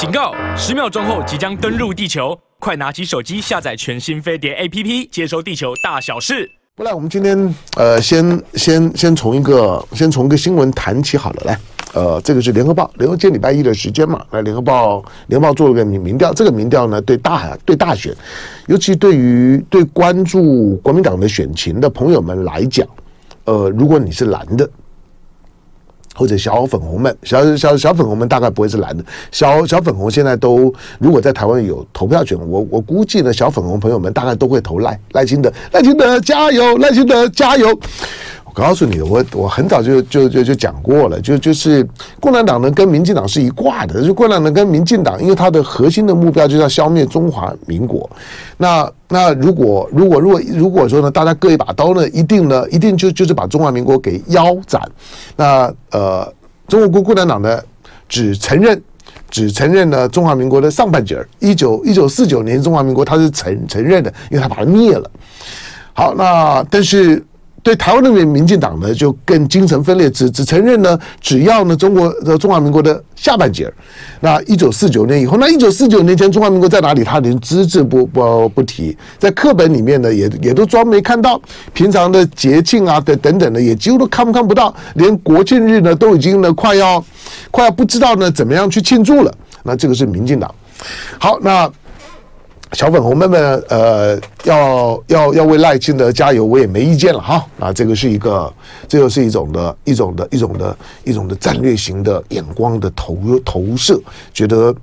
警告！10秒钟后即将登陆地球，快拿起手机下载全新飞碟 APP， 接收地球大小事。 不然我们今天先从一个新闻谈起好了，来。这个是联合报，今天礼拜一的时间嘛，那联合报做了个民调，这个民调呢对大选，尤其对关注国民党的选情的朋友们来讲，如果你是蓝的，或者小粉红们，小粉红们大概不会是蓝的，小粉红现在都如果在台湾有投票权，我估计呢，小粉红朋友们大概都会投赖清德加油，赖清德加油。我告诉你，我很早就讲过了，就是共产党呢跟民进党是一挂的，就共产党跟民进党，因为它的核心的目标就是要消灭中华民国。那如果说呢，大家各一把刀呢，一定就是把中华民国给腰斩。那中国共产党呢只承认呢中华民国的上半截，1949年中华民国它是承认的，因为它把它灭了。好，那但是。对台湾的民进党呢，就更精神分裂，只承认呢，只要呢中华民国的下半截。那1949年以后，那1949年前中华民国在哪里？他连只字不提，在课本里面呢也都装没看到，平常的节庆啊等等的也几乎都看不到，连国庆日呢都已经呢快要不知道呢怎么样去庆祝了。那这个是民进党。好，那。小粉红们要为赖清德加油，我也没意见了哈。那这又是一种的战略型的眼光的投射，觉得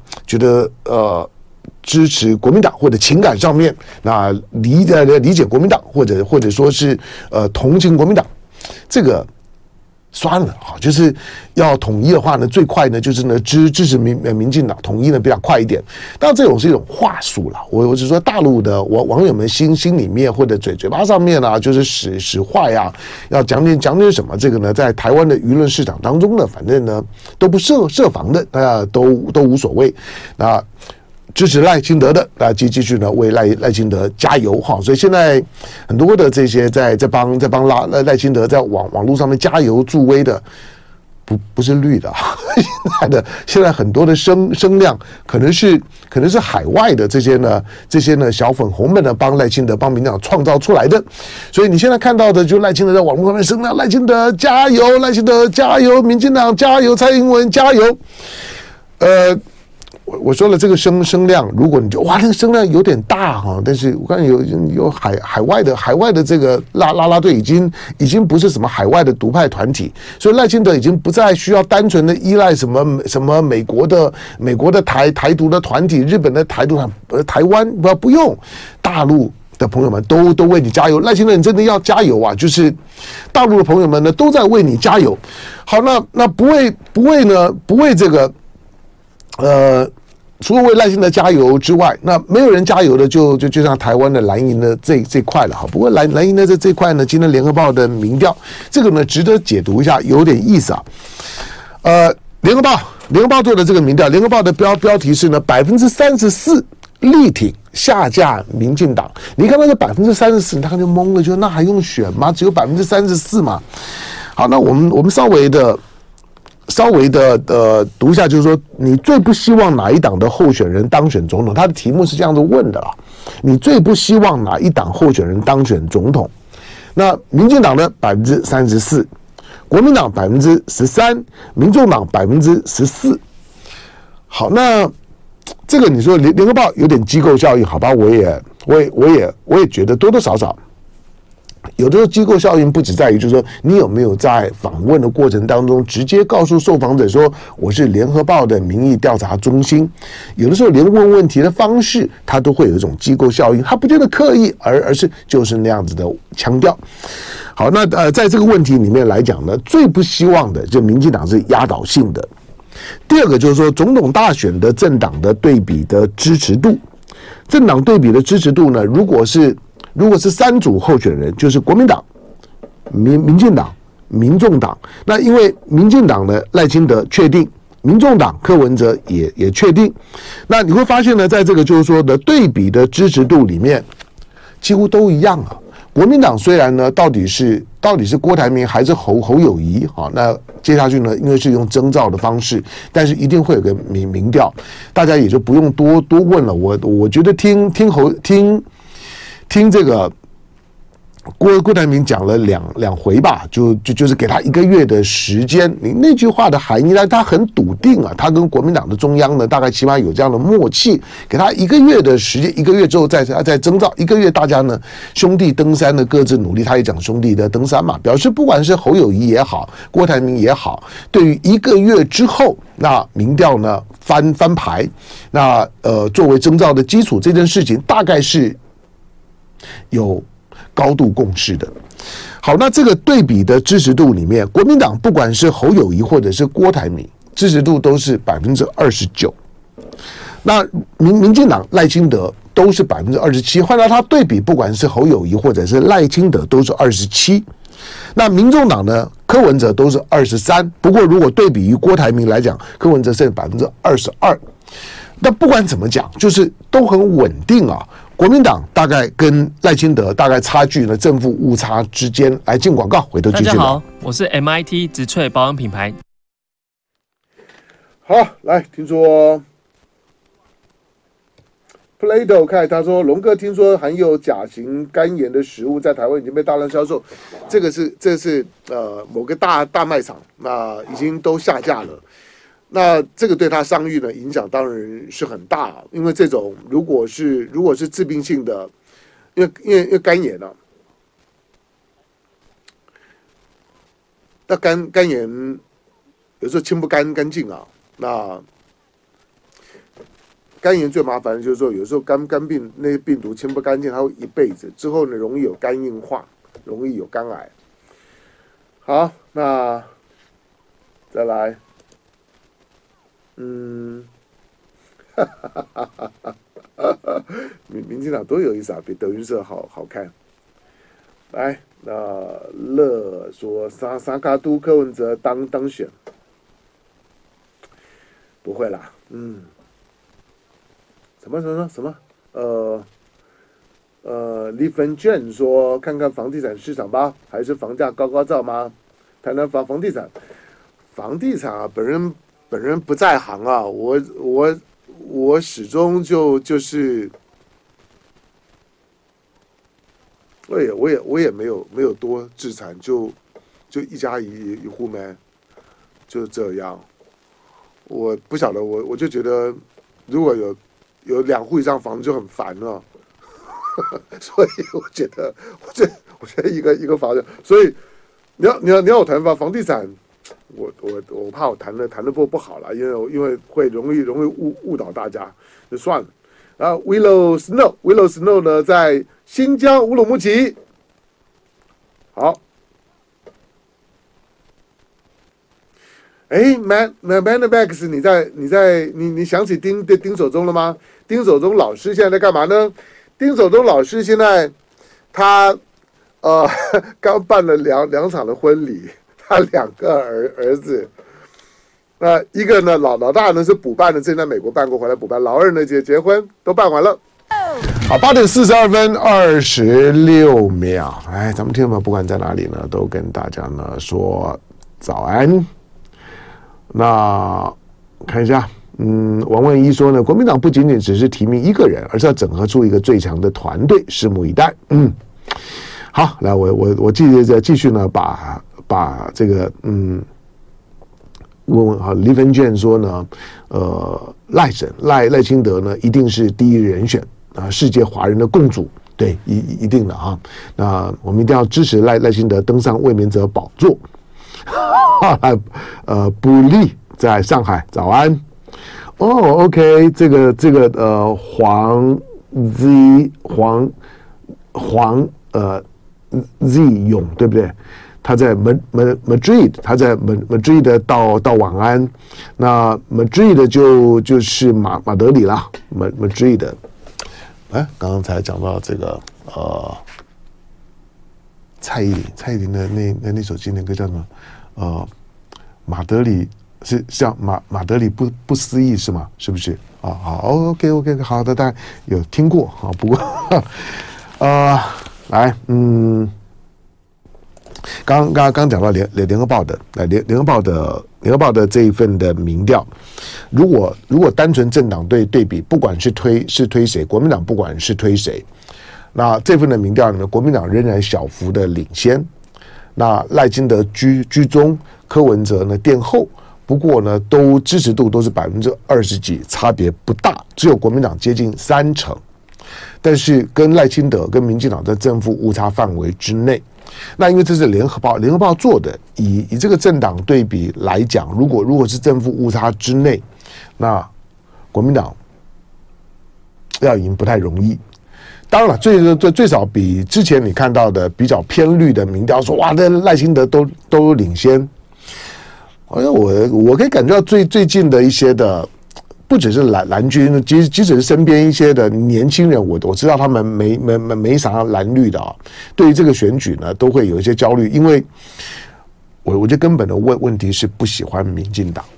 支持国民党或者情感上面，那理解国民党或者说是同情国民党，这个。算了哈，就是要统一的话呢，最快呢就是呢支持民进党统一呢比较快一点。当然这种是一种话术了，我是说大陆的网友们心里面或者嘴巴上面啊，就是使坏啊，要讲点什么，这个呢在台湾的舆论市场当中呢，反正呢都不设防的，大家都无所谓。那。支持赖清德的，那继续呢为赖清德加油哈！所以现在很多的这些在帮赖清德在网络上面加油助威的，不是绿的，现在很多的声量可能是海外的这些呢小粉红们呢帮赖清德帮民进党创造出来的，所以你现在看到的就赖清德在网络上面声量，赖清德加油，赖清德加油，民进党加油，蔡英文加油，我说了这个声量，如果你就哇那个声量有点大哈，但是我看有海外的这个啦队已经不是什么海外的独派团体，所以赖清德已经不再需要单纯的依赖什么美国的台独的团体，日本的台独台湾不用，大陆的朋友们都为你加油，赖清德你真的要加油啊！就是大陆的朋友们呢都在为你加油。好，那不为这个除了为赖清德加油之外，那没有人加油的就像台湾的蓝营的这块了哈。不过蓝营的这块呢，今天联合报的民调，这个呢值得解读一下，有点意思啊。联合报做的这个民调，联合报的标题是呢34%力挺下架民进党。你看那个34%，你大概就懵了，就那还用选吗？只有34%嘛。好，那我们稍微的读一下，就是说你最不希望哪一党的候选人当选总统？他的题目是这样子问的啊，你最不希望哪一党候选人当选总统？那民进党的34%，国民党13%，民众党14%。好，那这个你说联合报有点机构效应，好吧？我也觉得多多少少。有的时候机构效应不只在于就是说你有没有在访问的过程当中直接告诉受访者说我是联合报的民意调查中心，有的时候连问问题的方式它都会有一种机构效应，它不见得刻意而是就是那样子的腔调。好，那在这个问题里面来讲呢，最不希望的就民进党是压倒性的。第二个就是说总统大选的政党的对比的支持度，政党对比的支持度呢，如果是三组候选人，就是国民党、民进党、民众党。那因为民进党的赖清德确定，民众党柯文哲也确定。那你会发现呢，在这个就是说的对比的支持度里面，几乎都一样啊。 国民党虽然呢，到底是郭台铭还是侯友宜？好，那接下去呢，因为是用征召的方式，但是一定会有个民调，大家也就不用多问了。我觉得听这个。郭台铭讲了两回吧，就是给他1个月的时间。你那句话的含义呢，他很笃定啊，他跟国民党的中央呢，大概起码有这样的默契，给他1个月的时间，1个月之后再征召，1个月大家呢兄弟登山呢各自努力。他也讲兄弟的登山嘛，表示不管是侯友宜也好，郭台铭也好，对于1个月之后那民调呢翻牌，那作为征召的基础这件事情，大概是有高度共识的。好，那这个对比的支持度里面，国民党不管是侯友宜或者是郭台铭，支持度都是29%。那民进党赖清德都是27%，换到他对比，不管是侯友宜或者是赖清德都是27%。那民众党呢，柯文哲都是23%。不过如果对比于郭台铭来讲，柯文哲是22%。那不管怎么讲，就是都很稳定啊。国民党大概跟赖清德大概差距呢，正负误差之间。来进广告，回头继续聊。 大家好，我是 MIT 植萃保养品牌。 好，来听说 Plato 看他说，龙哥听说含有甲型肝炎的食物在台湾已经被大量销售，这是某个大卖场那已经都下架了。那这个对他商誉呢影响当然是很大，因为这种如果是致病性的，因为肝炎啊，那肝炎有时候清不干净啊。那肝炎最麻烦的就是说，有时候肝病那些病毒清不干净，它会一辈子，之后呢容易有肝硬化，容易有肝癌。好，那再来。民进党多有意思啊，比德云社好看。来，那乐说沙卡都柯文哲当选，不会啦，什么李芬娟说看看房地产市场吧，还是房价高照吗？谈谈房地产啊，本人不在行啊，我始终就是我也没有多资产，就一家一户呗，就这样。我不晓得，我就觉得如果有2户以上房子就很烦了，所以我觉得一个房子，所以你要我谈房地产。我怕我谈的不好了，因为会容易误导大家，就算了。然后 Willow Snow 呢，在新疆乌鲁木齐。好，Manabax， 你想起丁守中了吗？丁守中老师现在在干嘛呢？丁守中老师现在他刚办了两场的婚礼。他2个儿子，那一个呢老大呢是补办的，正在美国办过回来补办，老二呢结婚都办完了。好，8点42分26秒，哎，咱们听众们不管在哪里呢，都跟大家呢说早安。那看一下，王文一说呢，国民党不仅仅只是提名1个人，而是要整合出一个最强的团队，拭目以待。好，来我继续呢把这个问好，李芬娟说呢，赖清德呢一定是第一人选啊，世界华人的共主，对，一定的啊。那我们一定要支持赖清德登上卫冕者宝座。布利在上海，早安。OK， 这个黄 Z 勇对不对？他在Madrid， 他在Madrid 到晚安。那 Madrid 就是马德里啦 ，Madrid。哎，刚刚才讲到这个蔡依林的那首经典歌叫什么？马德里是像马德里不思议是吗？是不是？好 ，OK， 好的，大家有听过啊？不过来，刚讲到联合报的，联合报的这一份的民调，如果单纯政党对比，不管是推谁，国民党不管是推谁，那这份的民调里面，国民党仍然小幅的领先，那赖清德居中，柯文哲呢垫后。不过呢，都支持度都是20%几，差别不大，只有国民党接近30%，但是跟赖清德跟民进党在正负误差范围之内。那因为这是联合报做的，以这个政党对比来讲，如果是正负误差之内，那国民党要赢不太容易。当然了，最少比之前你看到的比较偏绿的民调说，哇，这赖清德都领先。我可以感觉到最近的一些的，不只是蓝军，即使是身边一些的年轻人，我知道他们没啥蓝绿的啊，对于这个选举呢，都会有一些焦虑，因为我觉得根本的问题是不喜欢民进党。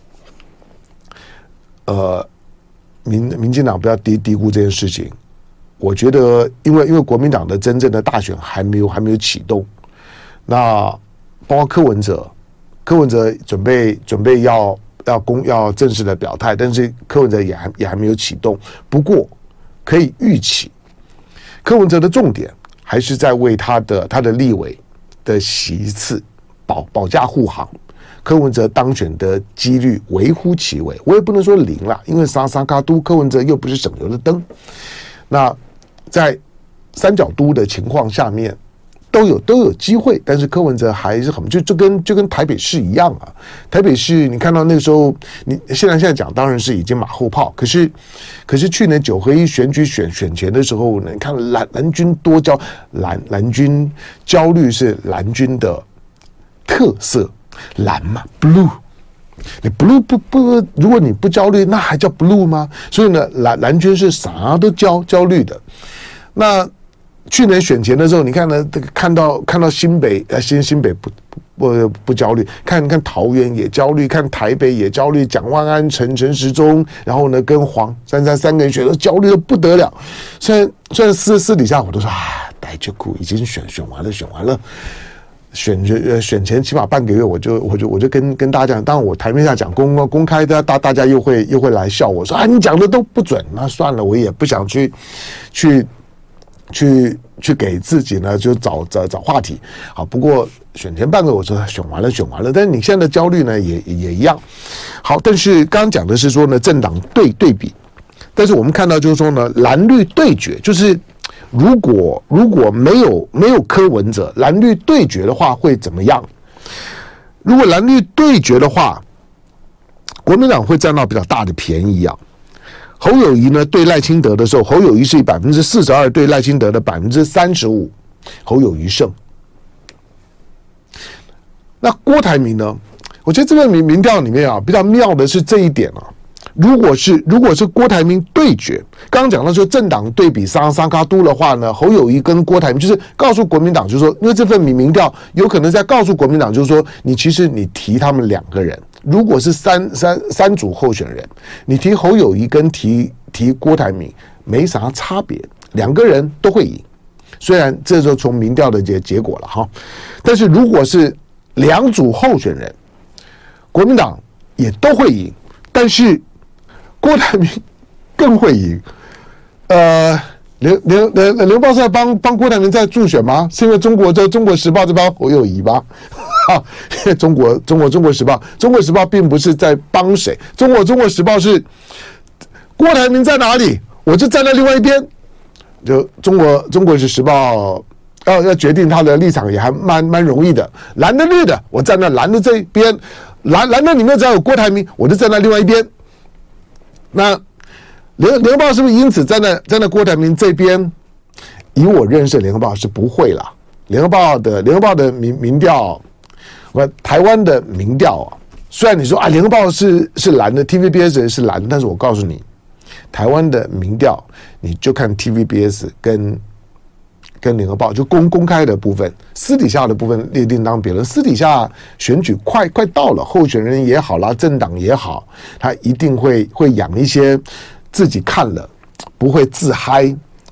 民进党不要低估这件事情。我觉得，因为国民党的真正的大选还没有启动，那包括柯文哲准备要正式的表态，但是柯文哲也还没有启动。不过可以预期，柯文哲的重点还是在为他的立委的席次保驾护航。柯文哲当选的几率微乎其微，我也不能说0啦，因为沙卡都柯文哲又不是省油的灯。那在三角都的情况下面。都有机会，但是柯文哲还是很就跟台北市一样啊。台北市你看到那个时候，你现在讲当然是已经马后炮，可是去年9合1选举选前的时候呢，你看蓝军多焦，蓝军焦虑是蓝军的特色，蓝嘛 blue。你 blue 不，如果你不焦虑，那还叫 blue 吗？所以呢，蓝军是啥都焦虑的。那去年选前的时候，你看呢，这个看到新北新北不焦虑，看桃园也焦虑，看台北也焦虑，蒋万安、陈时中，然后呢跟黄珊珊3个人选都焦虑的不得了。虽然私底下我都说戴就苦，已经选完了。选前起码半个月，我就跟大家讲，当然我台面下讲公开的，大家又会来笑我说你讲的都不准，那算了，我也不想去给自己呢就找话题。好，不过选前半个我说选完了，但是你现在的焦虑呢也一样。好，但是刚刚讲的是说呢政党对比，但是我们看到就是说呢蓝绿对决，就是如果没有柯文哲，蓝绿对决的话会怎么样？如果蓝绿对决的话，国民党会占到比较大的便宜啊。侯友宜呢对赖清德的时候，侯友宜是以42%对赖清德的35%，侯友宜胜。那郭台铭呢？我觉得这个民调里面比较妙的是这一点啊。如果是郭台铭对决，刚刚讲到说政党对比沙卡都的话呢，侯友宜跟郭台铭就是告诉国民党，就是说，因为这份民调有可能在告诉国民党，就是说，其实你提他们2个人，如果是三组候选人，你提侯友宜跟提郭台铭没啥差别，2个人都会赢。虽然这就从民调的结果了哈，但是如果是2组候选人，国民党也都会赢，但是郭台铭更会赢。联报是在帮郭台铭在助选吗？是因为中国时报这帮侯友宜吧？中国时报并不是在帮谁，中国时报是郭台铭在哪里，我就站在另外一边。就中国时报要决定他的立场也还蛮容易的，蓝的绿的，我站在蓝的这一边，蓝的里面只要有郭台铭，我就站在另外一边。那联合报是不是因此站在郭台铭这边？以我认识的联合报是不会啦。联合报的民调，台湾的民调虽然你说联合报是蓝的 ，TVBS 是蓝的，但是我告诉你，台湾的民调你就看 TVBS 跟联合报就公开的部分，私底下的部分另当别论。私底下选举快到了，候选人也好啦，政党也好，他一定会养一些自己看了不会自嗨，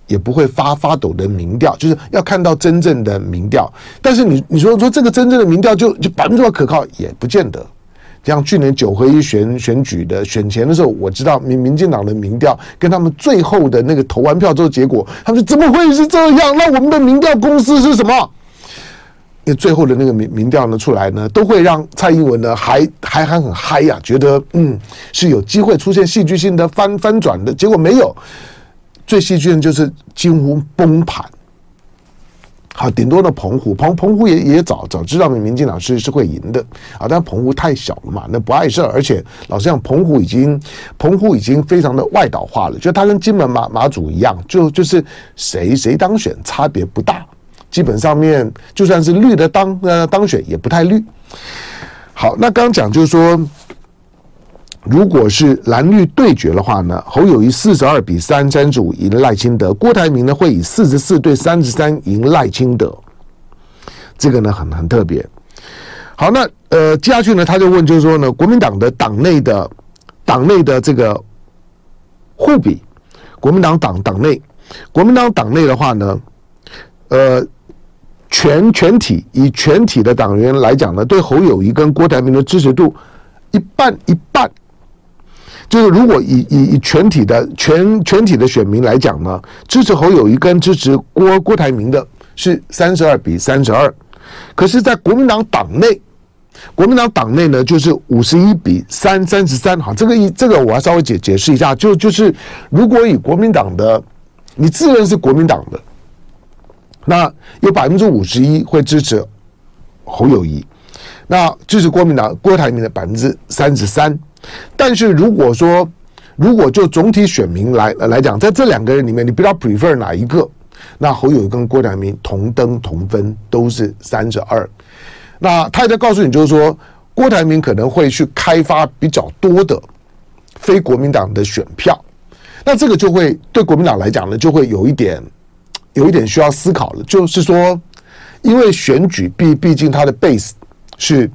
也不会发抖的民调，就是要看到真正的民调。但是你说这个真正的民调就100%可靠，也不见得。像去年9合1选举的选前的时候，我知道民进党的民调跟他们最后的那个投完票之后结果，他们说怎么会是这样？那我们的民调公司是什么？因为最后的那个民调呢出来呢，都会让蔡英文呢还很嗨呀，觉得是有机会出现戏剧性的翻转的，结果没有。最戏剧的就是几乎崩盘。好，顶多的澎湖也早知道民进党是会赢的啊，但澎湖太小了嘛，那不碍事，而且老实讲，澎湖已经非常的外岛化了，就它跟金门马祖一样，就是谁当选差别不大，基本上面就算是绿的当选也不太绿。好，那刚刚讲就是说，如果是蓝绿对决的话呢，侯友宜42-35赢赖清德，郭台铭呢会以44-33赢赖清德，这个呢很特别。好，那接下去呢他就问就是说呢，国民党的党内的这个互比，国民党党内的话呢，全体的党员来讲呢，对侯友宜跟郭台铭的支持度一半。就是如果以全体的选民来讲呢，支持侯友宜跟支持郭台铭的是32-32，可是，在国民党党内呢，就是51-33。好，这个我要稍微解释一下，就是如果以国民党的，你自认是国民党的，那有51%会支持侯友宜，那支持郭台铭的33%。但是如果就总体选民来讲，在这两个人里面，你比较 prefer 哪一个？那侯友宜跟郭台铭同登同分，都是32。那他也在告诉你，就是说郭台铭可能会去开发比较多的非国民党的选票，那这个就会对国民党来讲呢，就会有一点需要思考了，就是说，因为选举毕竟它的 base 是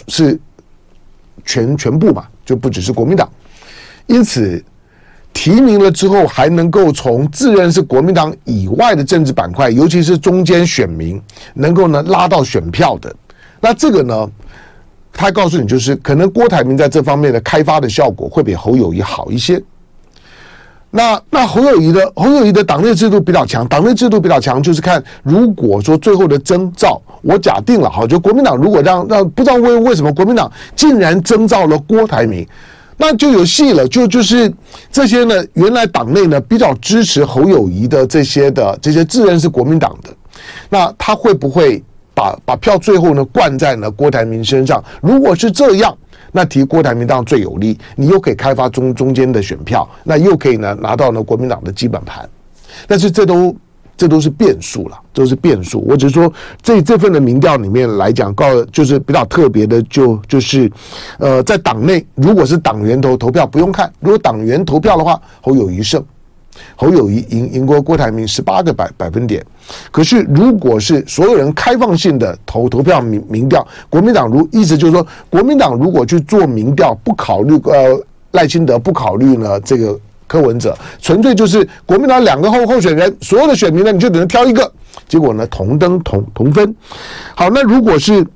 全部嘛。就不只是国民党，因此提名了之后，还能够从自认是国民党以外的政治板块，尤其是中间选民，能够呢拉到选票的。那这个呢，他告诉你，就是可能郭台铭在这方面的开发的效果会比侯友宜好一些。那侯友宜的党内制度比较强，就是看如果说最后的征召，我假定了哈，就国民党如果让不知道为什么国民党竟然征召了郭台铭，那就有戏了，就是这些呢原来党内呢比较支持侯友宜的这些自认是国民党的，那他会不会把票最后呢灌在呢郭台铭身上？如果是这样，那提郭台铭当然最有利，你又可以开发中间的选票，那又可以呢拿到呢国民党的基本盘，但是这都是变数了，都是变数。我只是说这份的民调里面来讲，就是比较特别的，就是在党内如果是党员投票不用看，如果党员投票的话，侯友宜胜。侯友宜赢过郭台铭18个百分点，可是如果是所有人开放性的投票民调，国民党意思就是说，国民党如果去做民调，不考虑赖清德，不考虑呢这个柯文哲，纯粹就是国民党两个候选人，所有的选民呢你就只能挑一个，结果呢同登同分。好，那如果是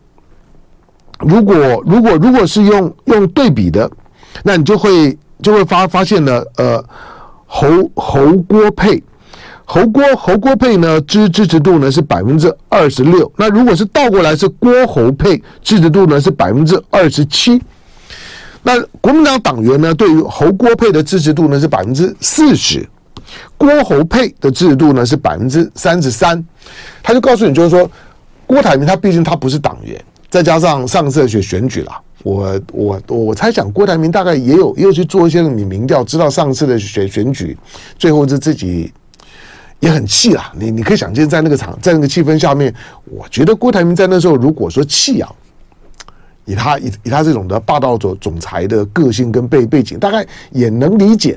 用对比的，那你就会发现呢侯郭配，侯郭配呢支持度呢是26%，那如果是倒过来是郭侯配，支持度呢是27%。那国民党党员呢对于侯郭配的支持度呢是40%，郭侯配的支持度呢是33%。他就告诉你，就是说郭台铭他毕竟他不是党员，再加上上次的选举啦。我猜想郭台铭大概也有去做一些民调，知道上次的选举最后是自己也很气啦。你可以想见，在那个气氛下面，我觉得郭台铭在那时候如果说气啊，以他这种的霸道总裁的个性跟背景，大概也能理解。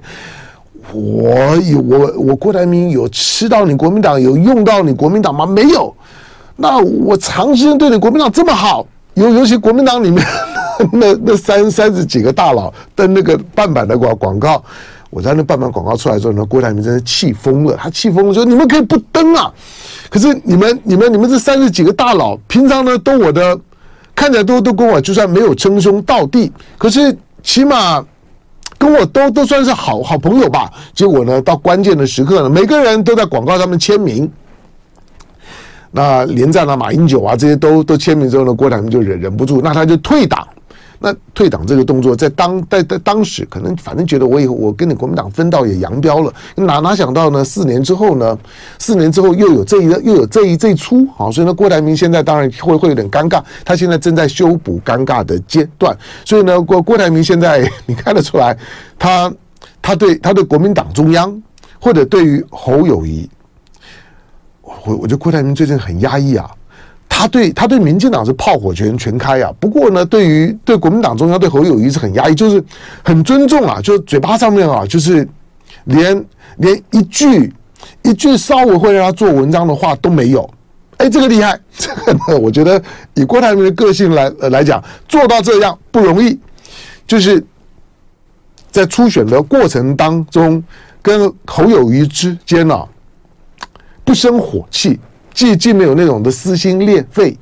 我郭台铭有吃到你国民党，有用到你国民党吗？没有。那我长时间对你国民党这么好，尤其国民党里面那30几个大佬登那个半版的广告， 我在那办完广告出来之后呢，郭台铭真是气疯了，他气疯了，说你们可以不登啊，可是你们这30几个大佬，平常呢都我的看起来都跟我就算没有称兄道弟，可是起码跟我都算是好朋友吧。结果呢，到关键的时刻呢，每个人都在广告上面签名。那连战啊、马英九啊这些都签名之后呢，郭台铭就忍不住，那他就退党。那退党这个动作在当时可能反正觉得我跟你国民党分道也扬镳了，哪想到呢4年之后又有这一出，好，所以呢郭台铭现在当然会有点尴尬，他现在正在修补尴尬的阶段，所以呢郭台铭现在你看得出来，他对国民党中央或者对于侯友宜，我觉得郭台铭最近很压抑啊。他对民进党是炮火全开啊，不过呢，对国民党中央对侯友宜是很压抑，就是很尊重啊，就嘴巴上面啊，就是连一句稍微会让他做文章的话都没有。哎，这个厉害，这个呢，我觉得以郭台铭的个性来讲，做到这样不容易，就是在初选的过程当中，跟侯友宜之间啊，不生火气。既没有那种的撕心裂肺，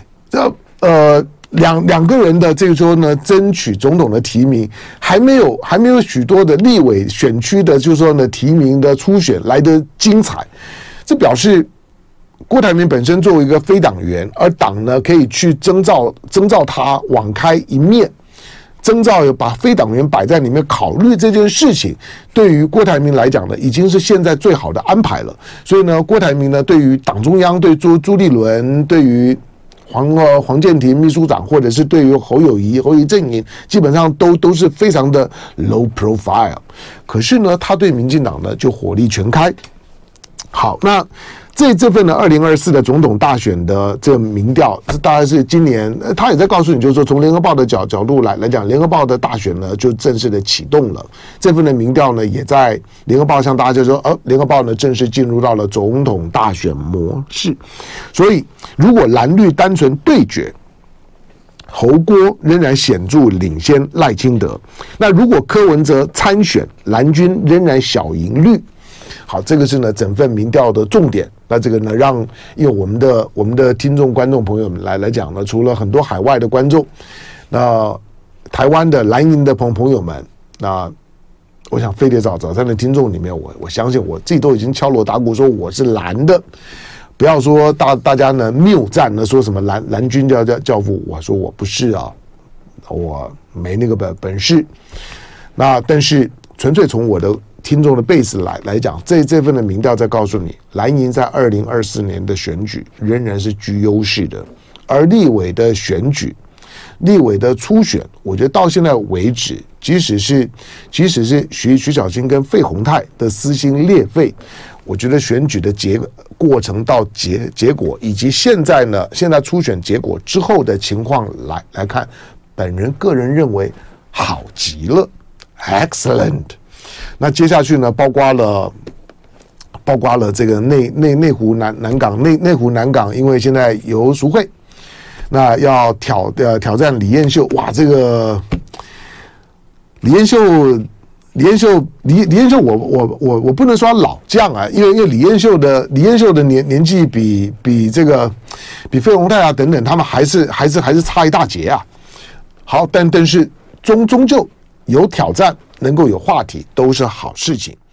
两个人的这个时候呢，争取总统的提名，还没有许多的立委选区的，就是说呢提名的初选来得精彩。这表示郭台铭本身作为一个非党员，而党呢可以去征召他网开一面。征召把非党员摆在里面考虑这件事情，对于郭台铭来讲呢，已经是现在最好的安排了。所以呢，郭台铭呢，对于党中央、对朱立伦、对于黄健庭秘书长，或者是对于侯友宜阵营，基本上都是非常的 low profile。可是呢，他对民进党呢就火力全开。好，那这份的2024的总统大选的这个民调，这大概是今年，他也在告诉你，就是说从联合报的角度来讲，联合报的大选呢就正式的启动了。这份的民调呢，也在联合报向大家就说，联合报呢正式进入到了总统大选模式。所以，如果蓝绿单纯对决，侯郭仍然显著领先赖清德。那如果柯文哲参选，蓝军仍然小赢绿。好，这个是呢整份民调的重点。那这个呢，因为我们的听众观众朋友们来讲呢，除了很多海外的观众，那台湾的蓝营的朋友们，那我想飞碟早餐的听众里面，我相信我自己都已经敲锣打鼓说我是蓝的，不要说大家呢谬赞呢说什么蓝军教父，我说我不是啊，我没那个本事。那但是纯粹从我的听众的 base 来讲，这份的民调在告诉你，蓝营在2024年的选举仍然是居优势的，而立委的选举、立委的初选，我觉得到现在为止，即使是徐小清跟费鸿泰的撕心裂肺，我觉得选举的过程到结果，以及现在初选结果之后的情况来看，本人个人认为好极了 ，excellent。那接下去呢，包括了这个内湖南港，因为现在有赎会，那要挑战李彦秀，哇，这个李彦秀，我不能说他老将啊，因为李彦秀的年纪比费鸿泰啊等等，他们还是差一大截啊。好，但是终究有挑战，能够有话题，都是好事情。